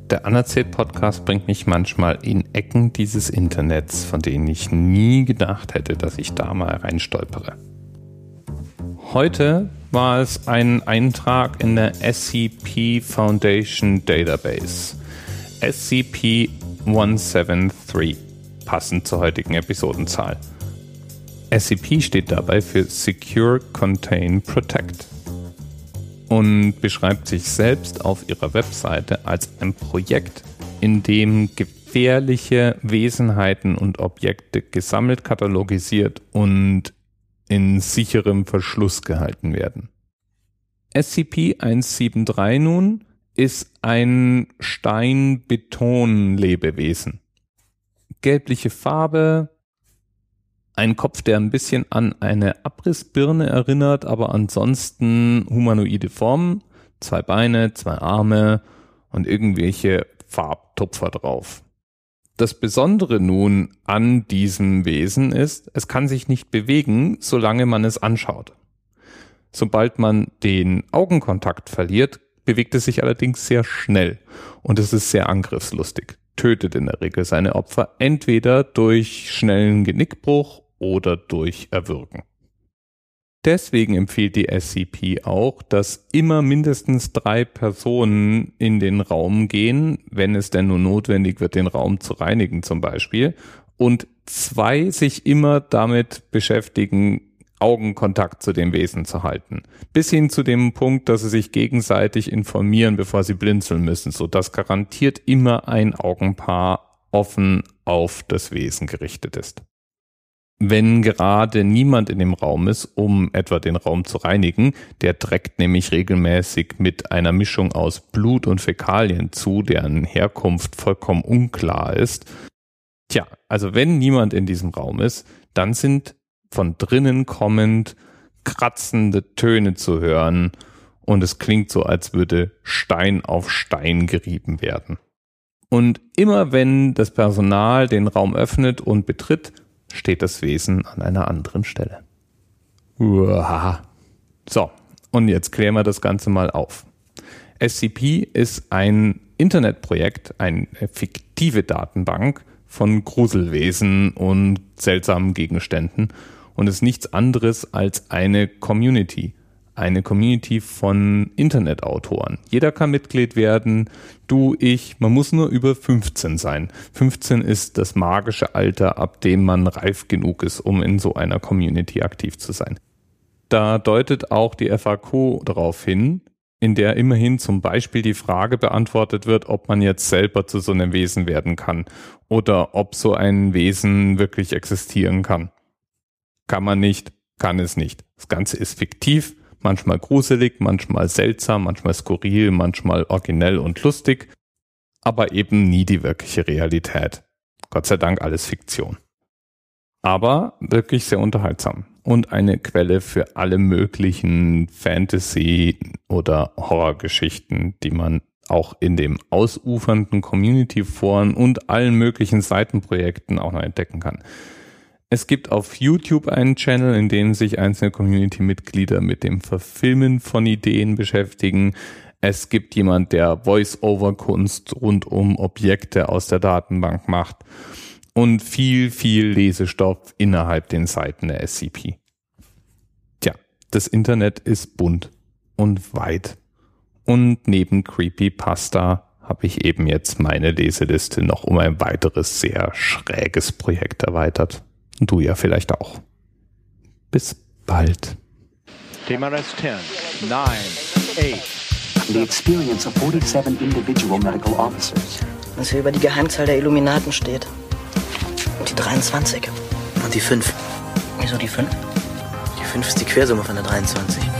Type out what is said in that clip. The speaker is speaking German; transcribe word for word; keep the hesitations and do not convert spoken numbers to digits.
Der Anerzählt-Podcast bringt mich manchmal in Ecken dieses Internets, von denen ich nie gedacht hätte, dass ich da mal reinstolpere. Heute war es ein Eintrag in der S C P Foundation Database, S C P hundertdreißig, passend zur heutigen Episodenzahl. S C P steht dabei für Secure, Contain, Protect und beschreibt sich selbst auf ihrer Webseite als ein Projekt, in dem gefährliche Wesenheiten und Objekte gesammelt, katalogisiert und in sicherem Verschluss gehalten werden. S C P hundertdreißig nun ist ein Stein-Beton-Lebewesen. Gelbliche Farbe, ein Kopf, der ein bisschen an eine Abrissbirne erinnert, aber ansonsten humanoide Formen, zwei Beine, zwei Arme und irgendwelche Farbtupfer drauf. Das Besondere nun an diesem Wesen ist, es kann sich nicht bewegen, solange man es anschaut. Sobald man den Augenkontakt verliert, bewegt es sich allerdings sehr schnell und es ist sehr angriffslustig, tötet in der Regel seine Opfer entweder durch schnellen Genickbruch oder durch Erwürgen. Deswegen empfiehlt die S C P auch, dass immer mindestens drei Personen in den Raum gehen, wenn es denn nur notwendig wird, den Raum zu reinigen zum Beispiel, und zwei sich immer damit beschäftigen, Augenkontakt zu dem Wesen zu halten. Bis hin zu dem Punkt, dass sie sich gegenseitig informieren, bevor sie blinzeln müssen, sodass garantiert immer ein Augenpaar offen auf das Wesen gerichtet ist. Wenn gerade niemand in dem Raum ist, um etwa den Raum zu reinigen, der trägt nämlich regelmäßig mit einer Mischung aus Blut und Fäkalien zu, deren Herkunft vollkommen unklar ist. Tja, also wenn niemand in diesem Raum ist, dann sind von drinnen kommend kratzende Töne zu hören und es klingt so, als würde Stein auf Stein gerieben werden. Und immer wenn das Personal den Raum öffnet und betritt, steht das Wesen an einer anderen Stelle. Uah. So, und jetzt klären wir das Ganze mal auf. S C P ist ein Internetprojekt, eine fiktive Datenbank von Gruselwesen und seltsamen Gegenständen und ist nichts anderes als eine Community. Eine Community von Internetautoren. Jeder kann Mitglied werden, du, ich, man muss nur über fünfzehn sein. fünfzehn ist das magische Alter, ab dem man reif genug ist, um in so einer Community aktiv zu sein. Da deutet auch die F A Q darauf hin, in der immerhin zum Beispiel die Frage beantwortet wird, ob man jetzt selber zu so einem Wesen werden kann oder ob so ein Wesen wirklich existieren kann. Kann man nicht, kann es nicht. Das Ganze ist fiktiv. Manchmal gruselig, manchmal seltsam, manchmal skurril, manchmal originell und lustig, aber eben nie die wirkliche Realität. Gott sei Dank alles Fiktion. Aber wirklich sehr unterhaltsam und eine Quelle für alle möglichen Fantasy- oder Horrorgeschichten, die man auch in dem ausufernden Community-Foren und allen möglichen Seitenprojekten auch noch entdecken kann. Es gibt auf YouTube einen Channel, in dem sich einzelne Community-Mitglieder mit dem Verfilmen von Ideen beschäftigen. Es gibt jemand, der Voice-Over-Kunst rund um Objekte aus der Datenbank macht und viel, viel Lesestoff innerhalb den Seiten der S C P. Tja, das Internet ist bunt und weit. Und neben Creepypasta habe ich eben jetzt meine Leseliste noch um ein weiteres sehr schräges Projekt erweitert. Und du ja vielleicht auch. Bis bald. T-minus ten, nine, eight. The experience of forty-seven individual medical officers. Was hier über die Geheimzahl der Illuminaten steht. Und die dreiundzwanzig. Und die fünf. Wieso die fünf? Die fünf ist die Quersumme von der dreiundzwanzig.